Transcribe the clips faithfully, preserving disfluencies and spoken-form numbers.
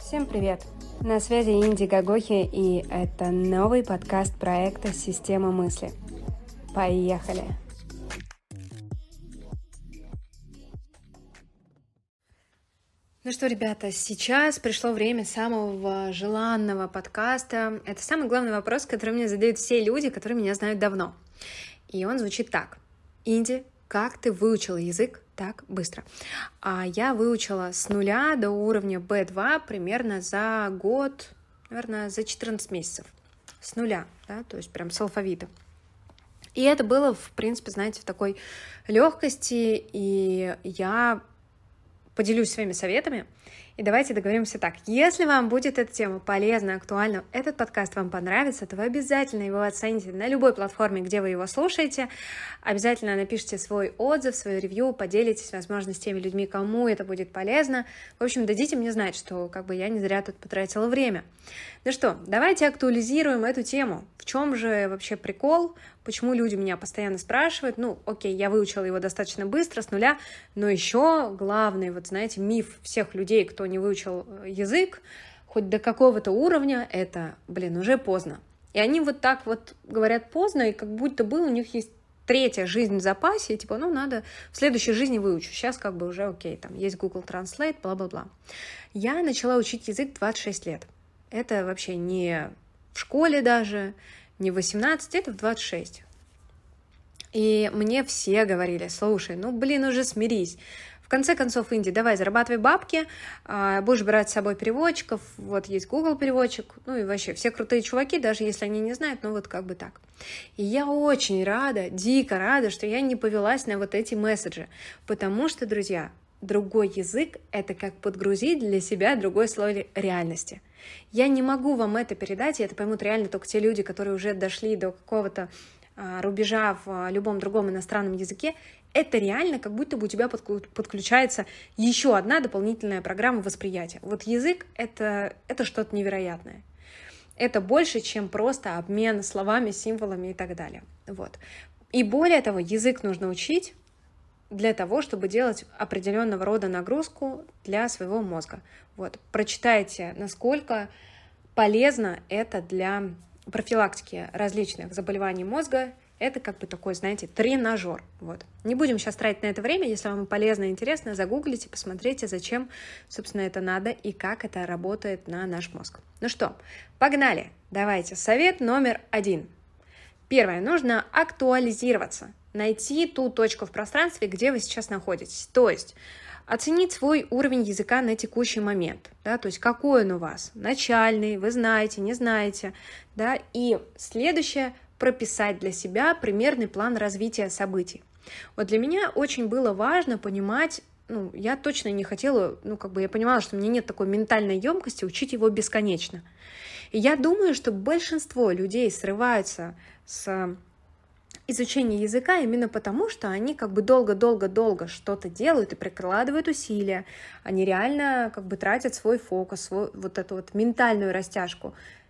Всем привет! На связи Инди Гагохи, и это новый подкаст проекта «Система мысли». Поехали! Ну что, ребята, сейчас пришло время самого желанного подкаста. Это самый главный вопрос, который мне задают все люди, которые меня знают давно. И он звучит так. Инди, как ты выучила язык так быстро? А я выучила с нуля до уровня би два примерно за год, наверное, за четырнадцать месяцев. С нуля, да, то есть прям с алфавита. И это было, в принципе, знаете, в такой легкости, и я поделюсь своими советами. И давайте договоримся так. Если вам будет эта тема полезна, актуальна, этот подкаст вам понравится, то вы обязательно его оцените на любой платформе, где вы его слушаете. Обязательно напишите свой отзыв, свое ревью, поделитесь, возможно, с теми людьми, кому это будет полезно. В общем, дадите мне знать, что как бы я не зря тут потратила время. Ну что, давайте актуализируем эту тему. В чем же вообще прикол? Почему люди меня постоянно спрашивают? Ну, окей, я выучила его достаточно быстро, с нуля, но еще главный, вот знаете, миф всех людей, кто не выучил язык, хоть до какого-то уровня, это, блин, уже поздно. И они вот так вот говорят поздно, и как будто бы у них есть третья жизнь в запасе, и типа, ну, надо в следующей жизни выучу. Сейчас как бы уже окей, там есть Google Translate, бла-бла-бла. Я начала учить язык в двадцать шесть лет. Это вообще не в школе даже, не в восемнадцать, это в двадцать шесть. И мне все говорили, слушай, ну, блин, уже смирись. В конце концов, Инди, давай, зарабатывай бабки, будешь брать с собой переводчиков, вот есть Google переводчик, ну и вообще все крутые чуваки, даже если они не знают, ну вот как бы так. И я очень рада, дико рада, что я не повелась на вот эти месседжи, потому что, друзья, другой язык — это как подгрузить для себя другой слой реальности. Я не могу вам это передать, и это поймут реально только те люди, которые уже дошли до какого-то а, рубежа в любом другом иностранном языке. Это реально как будто бы у тебя подключается еще одна дополнительная программа восприятия. Вот язык — это, это что-то невероятное. Это больше, чем просто обмен словами, символами и так далее. Вот. И более того, язык нужно учить для того, чтобы делать определенного рода нагрузку для своего мозга. Вот. Прочитайте, насколько полезно это для профилактики различных заболеваний мозга. Это как бы такой, знаете, тренажер. Вот. Не будем сейчас тратить на это время. Если вам полезно и интересно, загуглите, посмотрите, зачем, собственно, это надо и как это работает на наш мозг. Ну что, погнали. Давайте. Совет номер один. Первое. Нужно актуализироваться. Найти ту точку в пространстве, где вы сейчас находитесь. То есть оценить свой уровень языка на текущий момент. Да, то есть какой он у вас. Начальный, вы знаете, не знаете. Да, и следующее – прописать для себя примерный план развития событий. Вот для меня очень было важно понимать, ну, я точно не хотела, ну, как бы я понимала, что у меня нет такой ментальной емкости учить его бесконечно. И я думаю, что большинство людей срываются с изучения языка именно потому, что они как бы долго-долго-долго что-то делают и прикладывают усилия, они реально как бы тратят свой фокус, свой, вот эту вот ментальную растяжку,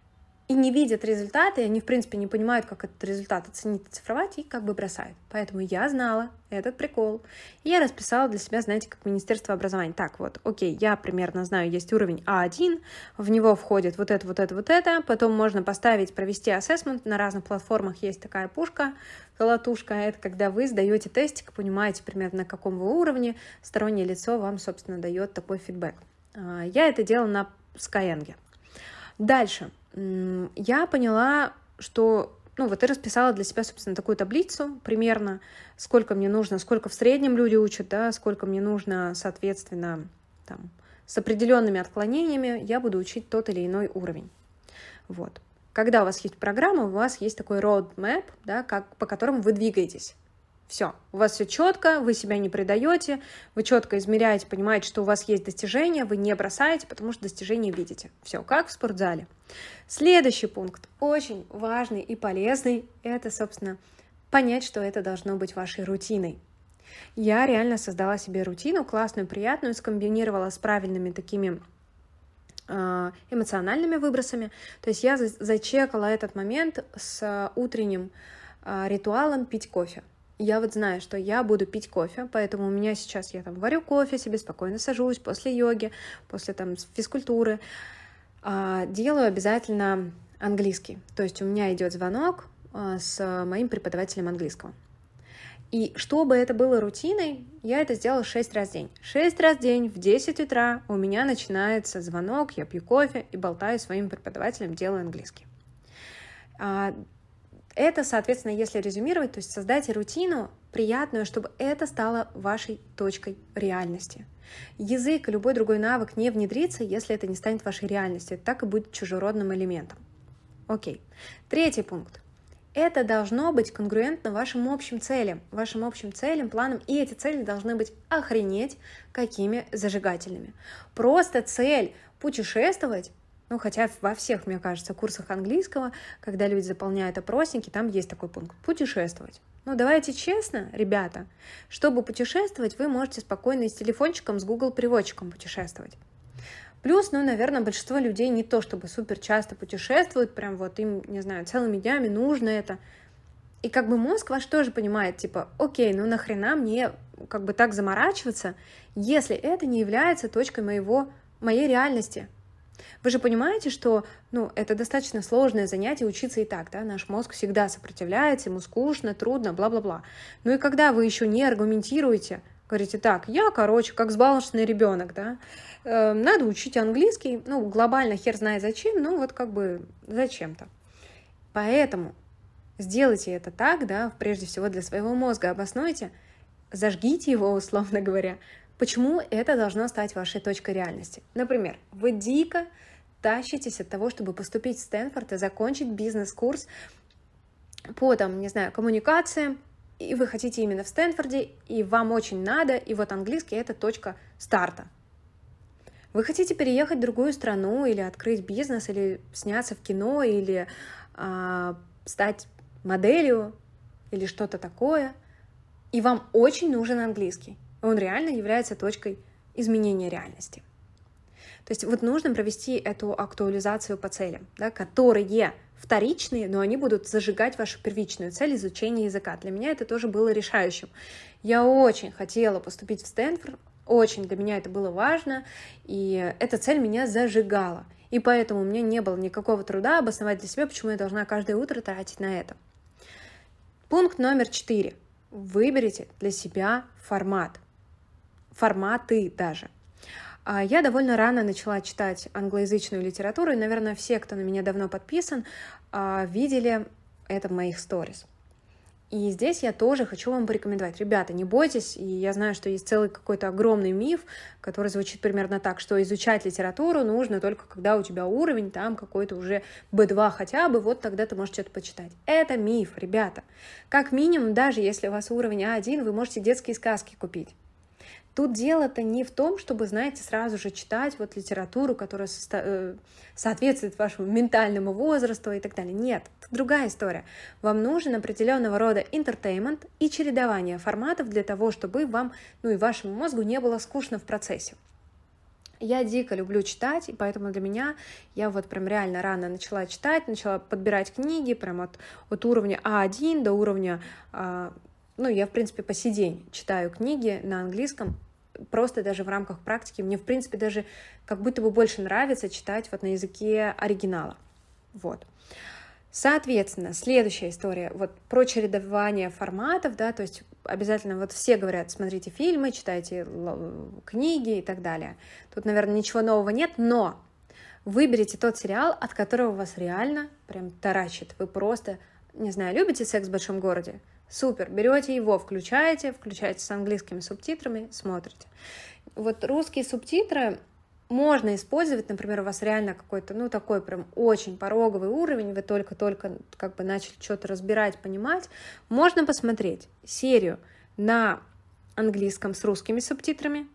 и не видят результаты, и они, в принципе, не понимают, как этот результат оценить, оцифровать, и как бы бросают. Поэтому я знала этот прикол. И я расписала для себя, знаете, как Министерство образования. Так, вот, окей, я примерно знаю, есть уровень а один, в него входит вот это, вот это, вот это, потом можно поставить, провести ассессмент, на разных платформах есть такая пушка, колотушка, это когда вы сдаете тестик, понимаете примерно, на каком вы уровне, стороннее лицо вам, собственно, дает такой фидбэк. Я это делала на Skyeng. Дальше. Я поняла, что, ну, вот я расписала для себя, собственно, такую таблицу примерно, сколько мне нужно, сколько в среднем люди учат, да, сколько мне нужно, соответственно, там, с определенными отклонениями я буду учить тот или иной уровень. Вот. Когда у вас есть программа, у вас есть такой roadmap, да, как, по которому вы двигаетесь. Все, у вас все четко, вы себя не предаете, вы четко измеряете, понимаете, что у вас есть достижения, вы не бросаете, потому что достижения видите. Все, как в спортзале. Следующий пункт, очень важный и полезный, это, собственно, понять, что это должно быть вашей рутиной. Я реально создала себе рутину, классную, приятную, скомбинировала с правильными такими эмоциональными выбросами. То есть я зачекала этот момент с утренним ритуалом пить кофе. Я вот знаю, что я буду пить кофе, поэтому у меня сейчас я там варю кофе себе, спокойно сажусь после йоги, после там физкультуры, делаю обязательно английский. То есть у меня идет звонок с моим преподавателем английского. И чтобы это было рутиной, я это сделала шесть раз в день. шесть раз в день в десять утра у меня начинается звонок, я пью кофе и болтаю с своим преподавателем, делаю английский. Это, соответственно, если резюмировать, то есть создайте рутину приятную, чтобы это стало вашей точкой реальности. Язык и любой другой навык не внедрится, если это не станет вашей реальностью. Это так и будет чужеродным элементом. Окей. Третий пункт. Это должно быть конгруентно вашим общим целям, вашим общим целям, планам, и эти цели должны быть охренеть какими зажигательными. Просто цель путешествовать, ну хотя во всех, мне кажется, курсах английского, когда люди заполняют опросники, там есть такой пункт – путешествовать. Ну давайте честно, ребята, чтобы путешествовать, вы можете спокойно и с телефончиком, с Google переводчиком путешествовать. Плюс, ну, наверное, большинство людей не то чтобы супер часто путешествуют, прям вот им, не знаю, целыми днями нужно это. И как бы мозг ваш тоже понимает, типа, окей, ну нахрена мне как бы так заморачиваться, если это не является точкой моего, моей реальности. Вы же понимаете, что, ну, это достаточно сложное занятие учиться и так, да, наш мозг всегда сопротивляется, ему скучно, трудно, бла-бла-бла. Ну и когда вы еще не аргументируете, говорите, так, я, короче, как взбалмошный ребенок, да, э, надо учить английский, ну, глобально хер знает зачем, ну, вот как бы зачем-то. Поэтому сделайте это так, да, прежде всего для своего мозга, обоснуйте, зажгите его, условно говоря, почему это должно стать вашей точкой реальности. Например, вы дико тащитесь от того, чтобы поступить в Стэнфорд и закончить бизнес-курс по, там, не знаю, коммуникациям, и вы хотите именно в Стэнфорде, и вам очень надо, и вот английский — это точка старта. Вы хотите переехать в другую страну, или открыть бизнес, или сняться в кино, или э, стать моделью, или что-то такое, и вам очень нужен английский. Он реально является точкой изменения реальности. То есть вот нужно провести эту актуализацию по целям, да, которые вторичные, но они будут зажигать вашу первичную цель изучения языка. Для меня это тоже было решающим. Я очень хотела поступить в Стэнфорд, очень для меня это было важно, и эта цель меня зажигала. И поэтому у меня не было никакого труда обосновать для себя, почему я должна каждое утро тратить на это. Пункт номер четыре. Выберите для себя формат. Форматы даже. Я довольно рано начала читать англоязычную литературу, и, наверное, все, кто на меня давно подписан, видели это в моих сторис. И здесь я тоже хочу вам порекомендовать. Ребята, не бойтесь, и я знаю, что есть целый какой-то огромный миф, который звучит примерно так, что изучать литературу нужно только когда у тебя уровень там какой-то уже би два хотя бы, вот тогда ты можешь что-то почитать. Это миф, ребята. Как минимум, даже если у вас уровень а один, вы можете детские сказки купить. Тут дело-то не в том, чтобы, знаете, сразу же читать вот литературу, которая со- соответствует вашему ментальному возрасту и так далее. Нет, это другая история. Вам нужен определенного рода entertainment и чередование форматов для того, чтобы вам, ну и вашему мозгу не было скучно в процессе. Я дико люблю читать, и поэтому для меня я вот прям реально рано начала читать, начала подбирать книги прям от, от уровня а один до уровня... Ну, я, в принципе, по сей день читаю книги на английском, просто даже в рамках практики. Мне, в принципе, даже как будто бы больше нравится читать вот на языке оригинала. Вот. Соответственно, следующая история, вот про чередование форматов, да, то есть обязательно вот все говорят, смотрите фильмы, читайте книги и так далее. Тут, наверное, ничего нового нет, но выберите тот сериал, от которого вас реально прям таращит. Вы просто, не знаю, любите «Секс в большом городе»? Супер, берете его, включаете, включаете с английскими субтитрами, смотрите. Вот русские субтитры можно использовать, например, у вас реально какой-то, ну, такой прям очень пороговый уровень, вы только-только как бы начали что-то разбирать, понимать, можно посмотреть серию на английском с русскими субтитрами,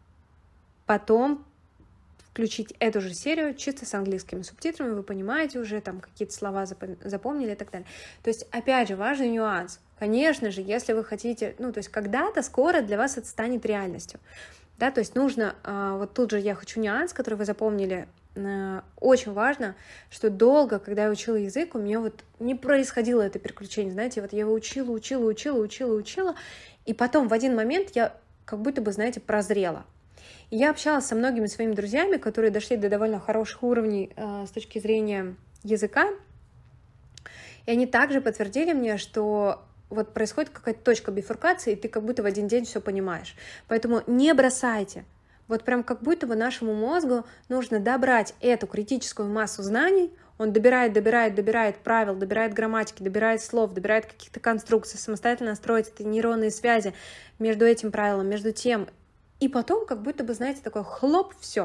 потом включить эту же серию чисто с английскими субтитрами, вы понимаете уже, там какие-то слова запомнили и так далее. То есть, опять же, важный нюанс. Конечно же, если вы хотите, ну, то есть когда-то скоро для вас это станет реальностью. Да, то есть нужно, вот тут же я хочу нюанс, который вы запомнили, очень важно, что долго, когда я учила язык, у меня вот не происходило это переключение, знаете, вот я его учила, учила, учила, учила, учила, и потом в один момент я как будто бы, знаете, прозрела. И я общалась со многими своими друзьями, которые дошли до довольно хороших уровней э, с точки зрения языка, и они также подтвердили мне, что вот происходит какая-то точка бифуркации, и ты как будто в один день все понимаешь. Поэтому не бросайте. Вот прям как будто бы нашему мозгу нужно добрать эту критическую массу знаний, он добирает, добирает, добирает правил, добирает грамматики, добирает слов, добирает каких-то конструкций, самостоятельно строить эти нейронные связи между этим правилом, между тем, и потом как будто бы, знаете, такой хлоп, все,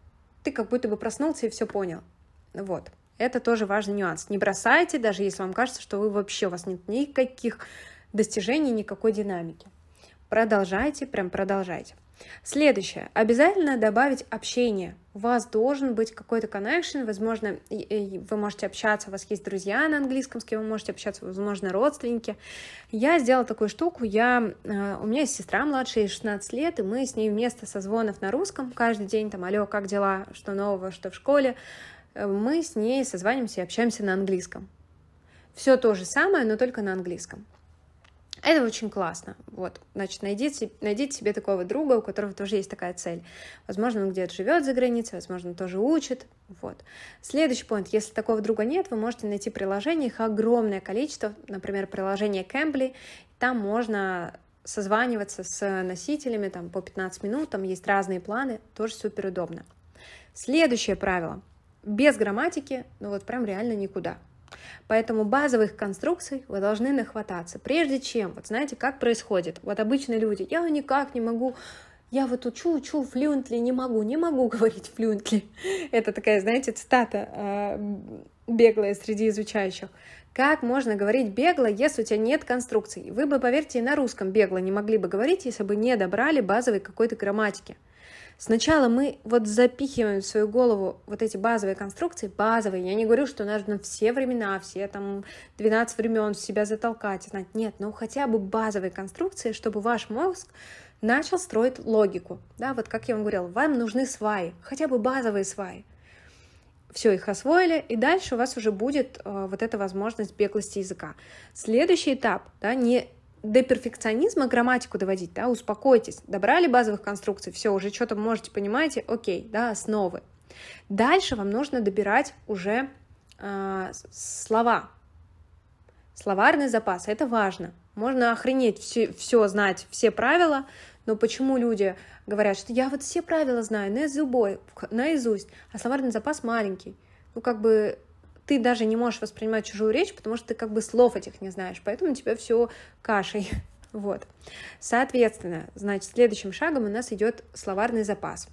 ты как будто бы проснулся и все понял. Вот, это тоже важный нюанс. Не бросайте, даже если вам кажется, что вы вообще, у вас нет никаких достижений, никакой динамики. Продолжайте, прям продолжайте. Следующее. Обязательно добавить общение. У вас должен быть какой-то connection, возможно, вы можете общаться, у вас есть друзья на английском, с кем вы можете общаться, возможно, родственники. Я сделала такую штуку, я, у меня есть сестра младшая, ей шестнадцать лет, и мы с ней вместо созвонов на русском каждый день, там, алло, как дела, что нового, что в школе, мы с ней созваниваемся и общаемся на английском. Все то же самое, но только на английском. Это очень классно. Вот, значит, найдите, найдите себе такого друга, у которого тоже есть такая цель. Возможно, он где-то живет за границей, возможно, он тоже учит. Вот. Следующий пункт. Если такого друга нет, вы можете найти приложение, их огромное количество. Например, приложение Cambly. Там можно созваниваться с носителями там, по пятнадцать минут, там есть разные планы, тоже супер удобно. Следующее правило. Без грамматики, ну вот прям реально никуда. Поэтому базовых конструкций вы должны нахвататься. Прежде чем, вот знаете, как происходит? Вот обычные люди, я никак не могу, я вот учу, учу fluently, не могу, не могу говорить fluently. Это такая, знаете, цитата э, беглая среди изучающих. Как можно говорить бегло, если у тебя нет конструкций? Вы бы, поверьте, и на русском бегло не могли бы говорить, если бы не добрали базовой какой-то грамматики. Сначала мы вот запихиваем в свою голову вот эти базовые конструкции, базовые. Я не говорю, что нужно все времена, все там двенадцать времен в себя затолкать, знать. Нет, ну хотя бы базовые конструкции, чтобы ваш мозг начал строить логику. Да, вот как я вам говорила, вам нужны сваи, хотя бы базовые сваи. Все, их освоили, и дальше у вас уже будет э, вот эта возможность беглости языка. Следующий этап, да, не до перфекционизма грамматику доводить, да, успокойтесь, добрали базовых конструкций, все, уже что-то можете, понимаете, окей, да, основы. Дальше вам нужно добирать уже э, слова, словарный запас, это важно. Можно охренеть, все, все знать, все правила, но почему люди говорят, что я вот все правила знаю наизубой, наизусть, а словарный запас маленький, ну как бы... Ты даже не можешь воспринимать чужую речь, потому что ты как бы слов этих не знаешь, поэтому у тебя все кашей. Вот. Соответственно, значит, следующим шагом у нас идет словарный запас.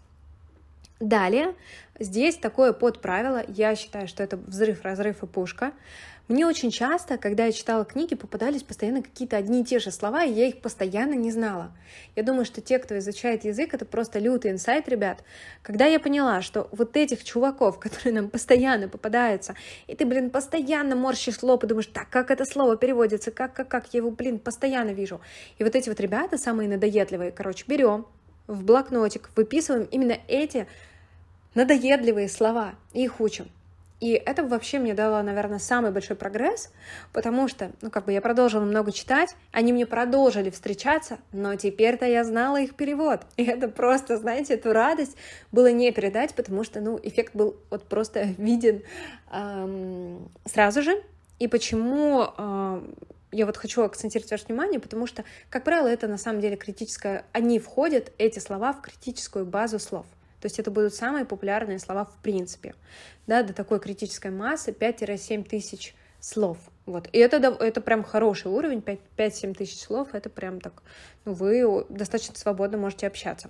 Далее, здесь такое подправило, я считаю, что это взрыв, разрыв и пушка. Мне очень часто, когда я читала книги, попадались постоянно какие-то одни и те же слова, и я их постоянно не знала. Я думаю, что те, кто изучает язык, это просто лютый инсайт, ребят. Когда я поняла, что вот этих чуваков, которые нам постоянно попадаются, и ты, блин, постоянно морщишь лоб и думаешь, так, как это слово переводится, как, как, как, я его, блин, постоянно вижу. И вот эти вот ребята, самые надоедливые, короче, берем в блокнотик, выписываем именно эти надоедливые слова и их учим. И это вообще мне дало, наверное, самый большой прогресс, потому что, ну, как бы я продолжила много читать, они мне продолжили встречаться, но теперь-то я знала их перевод. И это просто, знаете, эту радость было не передать, потому что, ну, эффект был вот просто виден эм, сразу же. И почему эм, я вот хочу акцентировать ваше внимание, потому что, как правило, это на самом деле критическое, они входят, эти слова, в критическую базу слов. То есть это будут самые популярные слова в принципе, да, до такой критической массы пять-семь тысяч слов. Вот. И это, это прям хороший уровень, пять-семь тысяч слов, это прям так, ну, вы достаточно свободно можете общаться.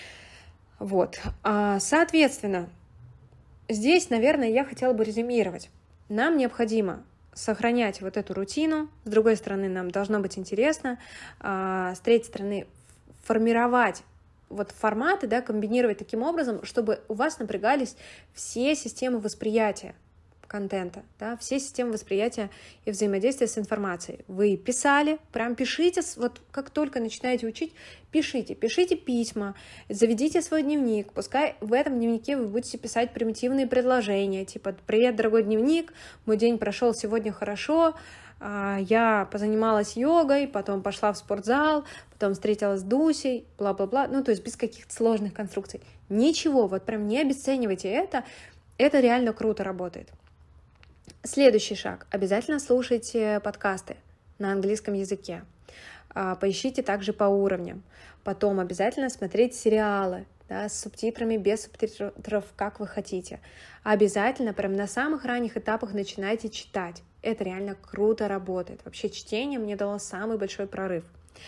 Вот. А, соответственно, здесь, наверное, я хотела бы резюмировать. Нам необходимо сохранять вот эту рутину, с другой стороны, нам должно быть интересно, а, с третьей стороны, формировать вот форматы, да, комбинировать таким образом, чтобы у вас напрягались все системы восприятия, контента, да, все системы восприятия и взаимодействия с информацией. Вы писали, прям пишите, вот как только начинаете учить, пишите, пишите письма, заведите свой дневник, пускай в этом дневнике вы будете писать примитивные предложения, типа «Привет, дорогой дневник, мой день прошел сегодня хорошо, я позанималась йогой, потом пошла в спортзал, потом встретилась с Дусей, бла-бла-бла», ну, то есть без каких-то сложных конструкций. Ничего, вот прям не обесценивайте это, это реально круто работает. Следующий шаг. Обязательно слушайте подкасты на английском языке. Поищите также по уровням. Потом обязательно смотреть сериалы, да, с субтитрами, без субтитров, как вы хотите. Обязательно прям на самых ранних этапах начинайте читать. Это реально круто работает. Вообще чтение мне дало самый большой прорыв.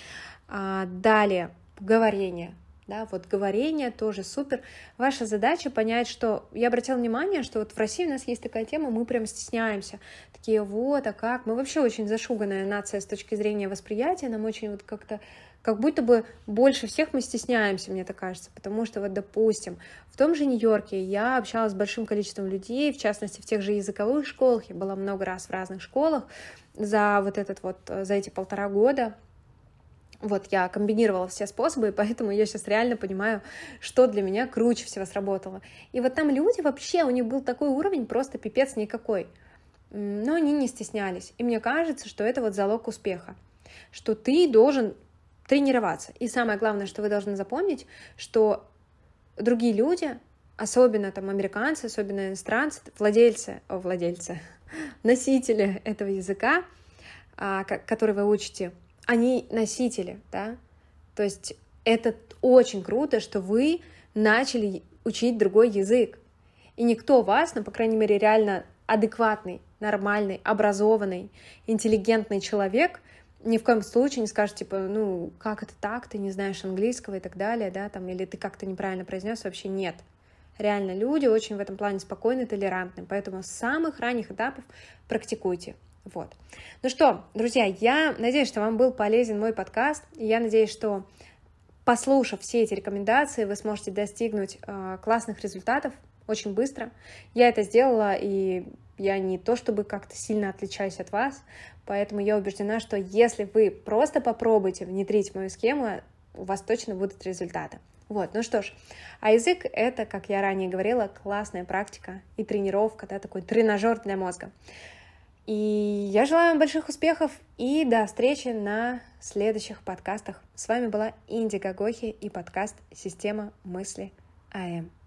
Далее, говорение. Да, вот говорение тоже супер. Ваша задача понять, что... Я обратила внимание, что вот в России у нас есть такая тема, мы прям стесняемся. Такие, вот, а как? Мы вообще очень зашуганная нация с точки зрения восприятия. Нам очень вот как-то... Как будто бы больше всех мы стесняемся, мне так кажется. Потому что вот, допустим, в том же Нью-Йорке я общалась с большим количеством людей, в частности, в тех же языковых школах. Я была много раз в разных школах за вот этот вот, за эти полтора года. Вот я комбинировала все способы, и поэтому я сейчас реально понимаю, что для меня круче всего сработало. И вот там люди вообще, у них был такой уровень, просто пипец никакой. Но они не стеснялись. И мне кажется, что это вот залог успеха. Что ты должен тренироваться. И самое главное, что вы должны запомнить, что другие люди, особенно там американцы, особенно иностранцы, владельцы, о, владельцы, носители этого языка, который вы учите, они носители, да, то есть это очень круто, что вы начали учить другой язык, и никто вас, ну, по крайней мере, реально адекватный, нормальный, образованный, интеллигентный человек ни в коем случае не скажет, типа, ну, как это так, ты не знаешь английского и так далее, да, там, или ты как-то неправильно произнес, вообще нет. Реально, люди очень в этом плане спокойны, толерантны, поэтому с самых ранних этапов практикуйте. Вот. Ну что, друзья, я надеюсь, что вам был полезен мой подкаст, и я надеюсь, что, послушав все эти рекомендации, вы сможете достигнуть э, классных результатов очень быстро. Я это сделала, и я не то чтобы как-то сильно отличаюсь от вас, поэтому я убеждена, что если вы просто попробуете внедрить мою схему, у вас точно будут результаты. Вот, ну что ж, а язык — это, как я ранее говорила, классная практика и тренировка, да, такой тренажер для мозга. И я желаю вам больших успехов и до встречи на следующих подкастах. С вами была Инди Гагохи и подкаст «Система мысли АМ».